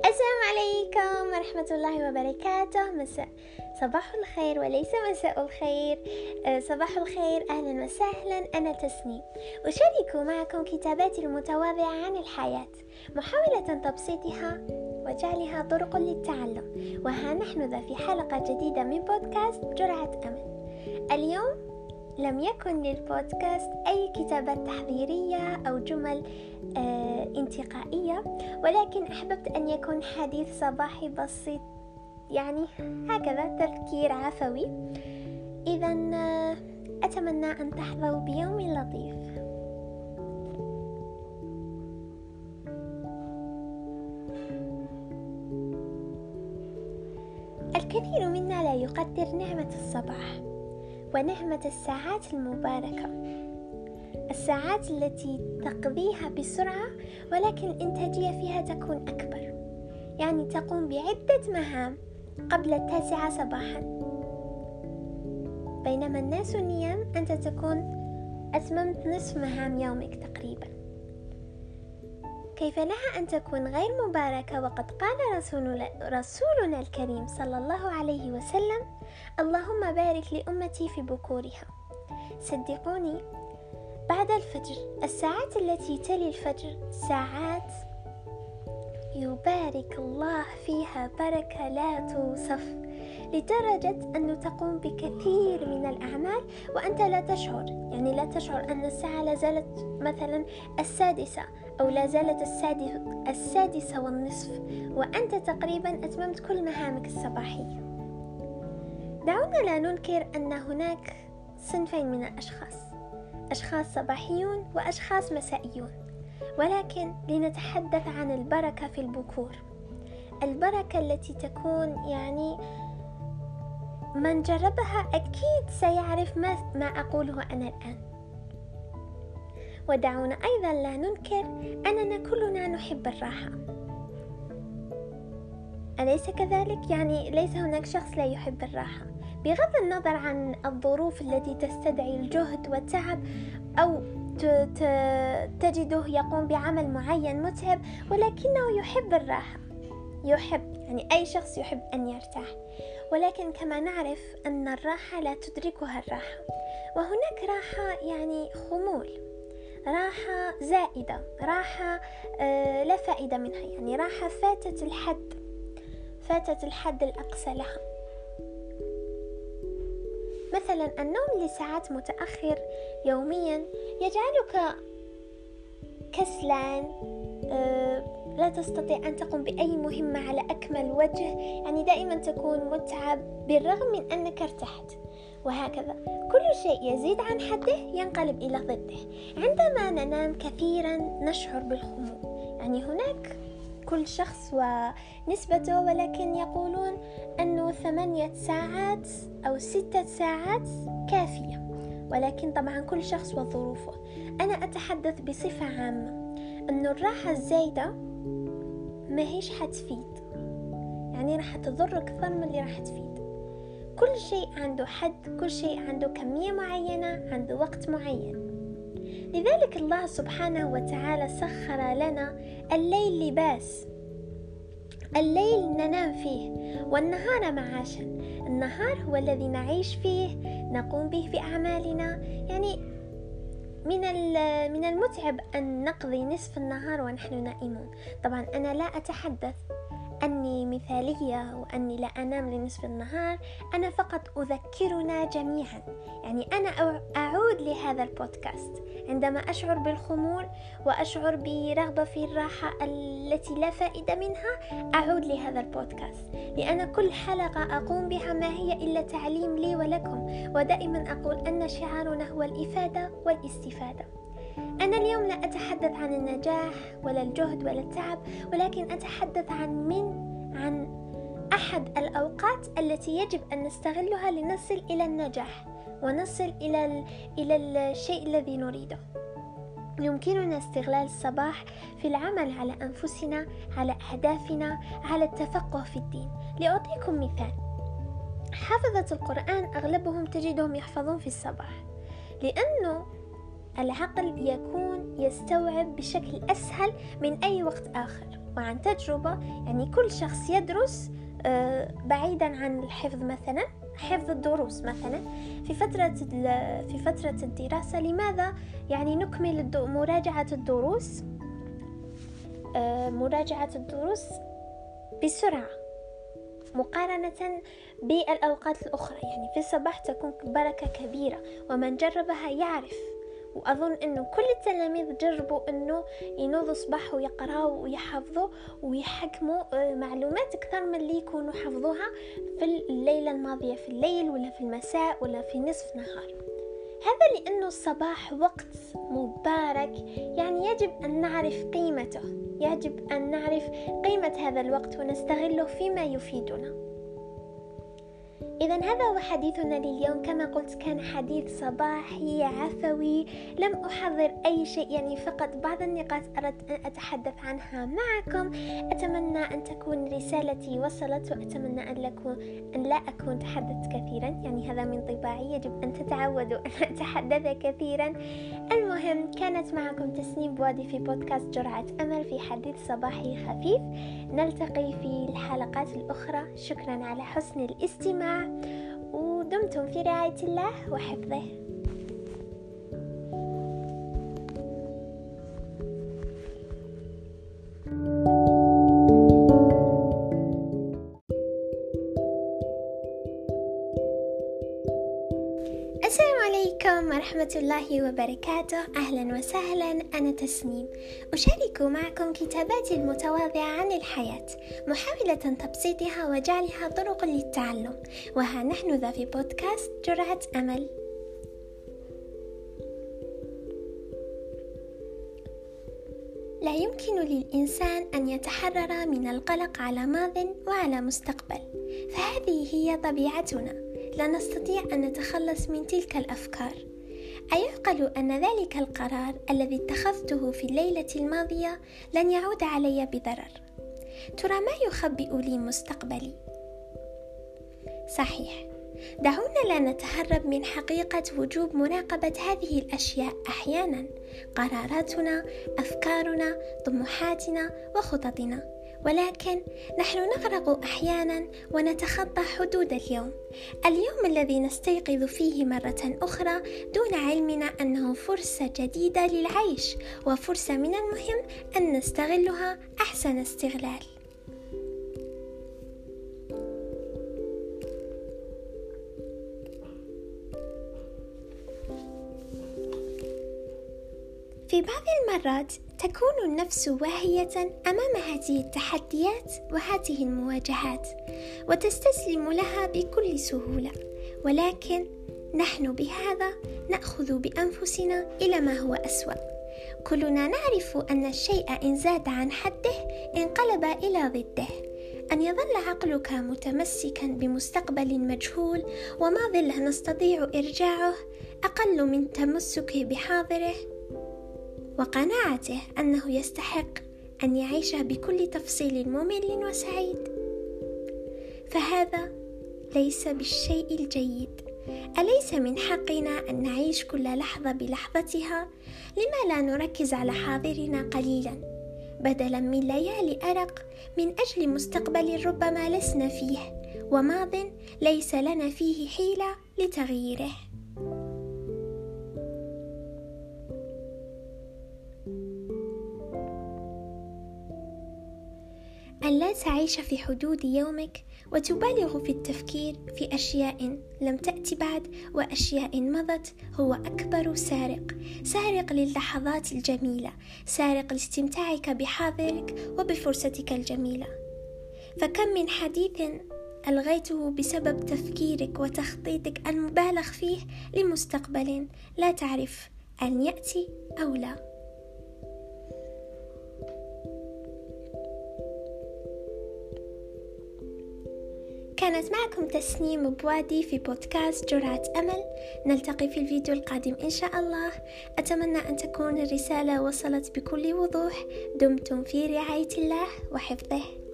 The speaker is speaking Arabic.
السلام عليكم ورحمة الله وبركاته. صباح الخير وليس مساء الخير. صباح الخير، أهلا وسهلا. أنا تسنيم، أشارك معكم كتاباتي المتواضعة عن الحياة، محاولة تبسيطها وجعلها طرق للتعلم. وها نحن ذا في حلقة جديدة من بودكاست جرعة أمل. اليوم لم يكن للبودكاست أي كتابات تحضيرية أو جمل انتقائية، ولكن أحببت أن يكون حديث صباحي بسيط، يعني هكذا تذكير عفوي. إذن أتمنى أن تحظوا بيوم لطيف. الكثير منا لا يقدر نعمة الصباح ونعمة الساعات المباركة، الساعات التي تقضيها بسرعة ولكن الإنتاجية فيها تكون أكبر، يعني تقوم بعدة مهام قبل 9 صباحا، بينما الناس نيام أنت تكون أتممت نصف مهام يومك تقريبا. كيف لها أن تكون غير مباركة وقد قال رسولنا الكريم صلى الله عليه وسلم: اللهم بارك لأمتي في بكورها. صدقوني، بعد الفجر، الساعات التي تلي الفجر ساعات يبارك الله فيها بركة لا توصف، لدرجة أنه تقوم بكثير من الأعمال وأنت لا تشعر، يعني لا تشعر أن الساعة لازالت مثلا 6 أو لازالت 6:30 وأنت تقريبا أتممت كل مهامك الصباحية. دعونا لا ننكر أن هناك صنفين من الأشخاص، أشخاص صباحيون وأشخاص مسائيون، ولكن لنتحدث عن البركة في البكور، البركة التي تكون يعني من جربها أكيد سيعرف ما أقوله أنا الآن. ودعونا أيضا لا ننكر أننا كلنا نحب الراحة، أليس كذلك؟ يعني ليس هناك شخص لا يحب الراحة، بغض النظر عن الظروف التي تستدعي الجهد والتعب، أو تجده يقوم بعمل معين متعب ولكنه يحب الراحة. يعني أي شخص يحب أن يرتاح، ولكن كما نعرف أن الراحة لا تدركها الراحة، وهناك راحة يعني خمول، راحة زائدة، راحة لا فائدة منها، يعني راحة فاتت الحد الأقصى لها. مثلا النوم لساعات متأخر يوميا يجعلك كسلان، لا تستطيع أن تقوم بأي مهمة على أكمل وجه، يعني دائما تكون متعب بالرغم من أنك ارتحت، وهكذا كل شيء يزيد عن حده ينقلب إلى ضده. عندما ننام كثيرا نشعر بالخمول، يعني هناك كل شخص ونسبته، ولكن يقولون أنه 8 ساعات أو 6 ساعات كافية، ولكن طبعا كل شخص وظروفه. أنا أتحدث بصفة عامة أن الراحة الزايدة ما هيش حتفيد، يعني راح تضرك أكثر من اللي راح تفيد. كل شيء عنده حد، كل شيء عنده كمية معينة، عنده وقت معين. لذلك الله سبحانه وتعالى سخر لنا الليل لباس، الليل ننام فيه والنهار معاشا. النهار هو الذي نعيش فيه، نقوم به في أعمالنا، يعني من المتعب أن نقضي نصف النهار ونحن نائمون. طبعا أنا لا أتحدث أني مثالية وأني لا أنام لنصف النهار، أنا فقط أذكرنا جميعا، يعني أنا أعود لهذا البودكاست عندما أشعر بالخمول وأشعر برغبة في الراحة التي لا فائدة منها، أعود لهذا البودكاست، لأن كل حلقة أقوم بها ما هي إلا تعليم لي ولكم، ودائما أقول أن شعارنا هو الإفادة والاستفادة. أنا اليوم لا أتحدث عن النجاح ولا الجهد ولا التعب، ولكن أتحدث عن أحد الأوقات التي يجب أن نستغلها لنصل إلى النجاح ونصل إلى الشيء الذي نريده. يمكننا استغلال الصباح في العمل على أنفسنا، على أهدافنا، على التفقه في الدين. لأعطيكم مثال، حافظة القرآن أغلبهم تجدهم يحفظون في الصباح، لأنه العقل يكون يستوعب بشكل أسهل من أي وقت آخر. وعن تجربة. يعني كل شخص يدرس بعيدا عن الحفظ، مثلا حفظ الدروس مثلا في فترة الدراسة. لماذا يعني نكمل مراجعة الدروس بسرعة مقارنة بالأوقات الأخرى؟ يعني في الصباح تكون بركة كبيرة، ومن جربها يعرف. وأظن أنه كل التلاميذ جربوا أنه ينوضوا صباح ويقرأوا ويحفظوا ويحكموا معلومات أكثر من اللي يكونوا حفظوها في الليلة الماضية، في الليل ولا في المساء ولا في نصف نهار. هذا لأنه الصباح وقت مبارك، يعني يجب أن نعرف قيمته، يجب أن نعرف قيمة هذا الوقت ونستغله فيما يفيدنا. إذن هذا هو حديثنا لليوم. كما قلت كان حديث صباحي عفوي، لم أحضر أي شيء، يعني فقط بعض النقاط أردت أن أتحدث عنها معكم. أتمنى أن تكون رسالتي وصلت، وأتمنى أن لا أكون تحدثت كثيرا، يعني هذا من طباعي، يجب أن تتعودوا أن أتحدث كثيرا. المهم، كانت معكم تسنيم بوادي في بودكاست جرعة أمل في حديث صباحي خفيف. نلتقي في الحلقات الأخرى. شكرا على حسن الاستماع، ودمتم في رعاية الله وحفظه. السلام عليكم ورحمة الله وبركاته. أهلا وسهلا، أنا تسنيم، أشارك معكم كتاباتي المتواضعة عن الحياة، محاولة تبسيطها وجعلها طرق للتعلم. وها نحن ذا في بودكاست جرعة أمل. لا يمكن للإنسان أن يتحرر من القلق على ماض وعلى مستقبل، فهذه هي طبيعتنا. لا نستطيع أن نتخلص من تلك الأفكار. أيعقل أن ذلك القرار الذي اتخذته في الليلة الماضية لن يعود علي بضرر؟ ترى ما يخبئ لي مستقبلي؟ صحيح، دعونا لا نتهرب من حقيقة وجوب مراقبة هذه الأشياء أحيانا، قراراتنا، أفكارنا، طموحاتنا وخططنا. ولكن نحن نغرق أحيانا ونتخطى حدود اليوم الذي نستيقظ فيه مرة أخرى دون علمنا أنه فرصة جديدة للعيش، وفرصة من المهم أن نستغلها أحسن استغلال. في بعض المرات تكون النفس واهية أمام هذه التحديات وهذه المواجهات، وتستسلم لها بكل سهولة، ولكن نحن بهذا نأخذ بأنفسنا إلى ما هو أسوأ. كلنا نعرف أن الشيء إن زاد عن حده انقلب إلى ضده. أن يظل عقلك متمسكا بمستقبل مجهول وماضٍ لا نستطيع إرجاعه أقل من تمسكه بحاضره وقناعته أنه يستحق أن يعيش بكل تفصيل ممل وسعيد. فهذا ليس بالشيء الجيد. أليس من حقنا أن نعيش كل لحظة بلحظتها؟ لما لا نركز على حاضرنا قليلا بدلا من ليالي أرق من أجل مستقبل ربما لسنا فيه وماضٍ ليس لنا فيه حيلة لتغييره؟ أن لا تعيش في حدود يومك وتبالغ في التفكير في أشياء لم تأتي بعد وأشياء مضت هو أكبر سارق للحظات الجميلة، سارق لاستمتاعك بحاضرك وبفرصتك الجميلة. فكم من حديث ألغيته بسبب تفكيرك وتخطيطك المبالغ فيه لمستقبل لا تعرف أن يأتي أو لا. كانت معكم تسنيم بوادي في بودكاست جرعة أمل. نلتقي في الفيديو القادم إن شاء الله. أتمنى أن تكون الرسالة وصلت بكل وضوح. دمتم في رعاية الله وحفظه.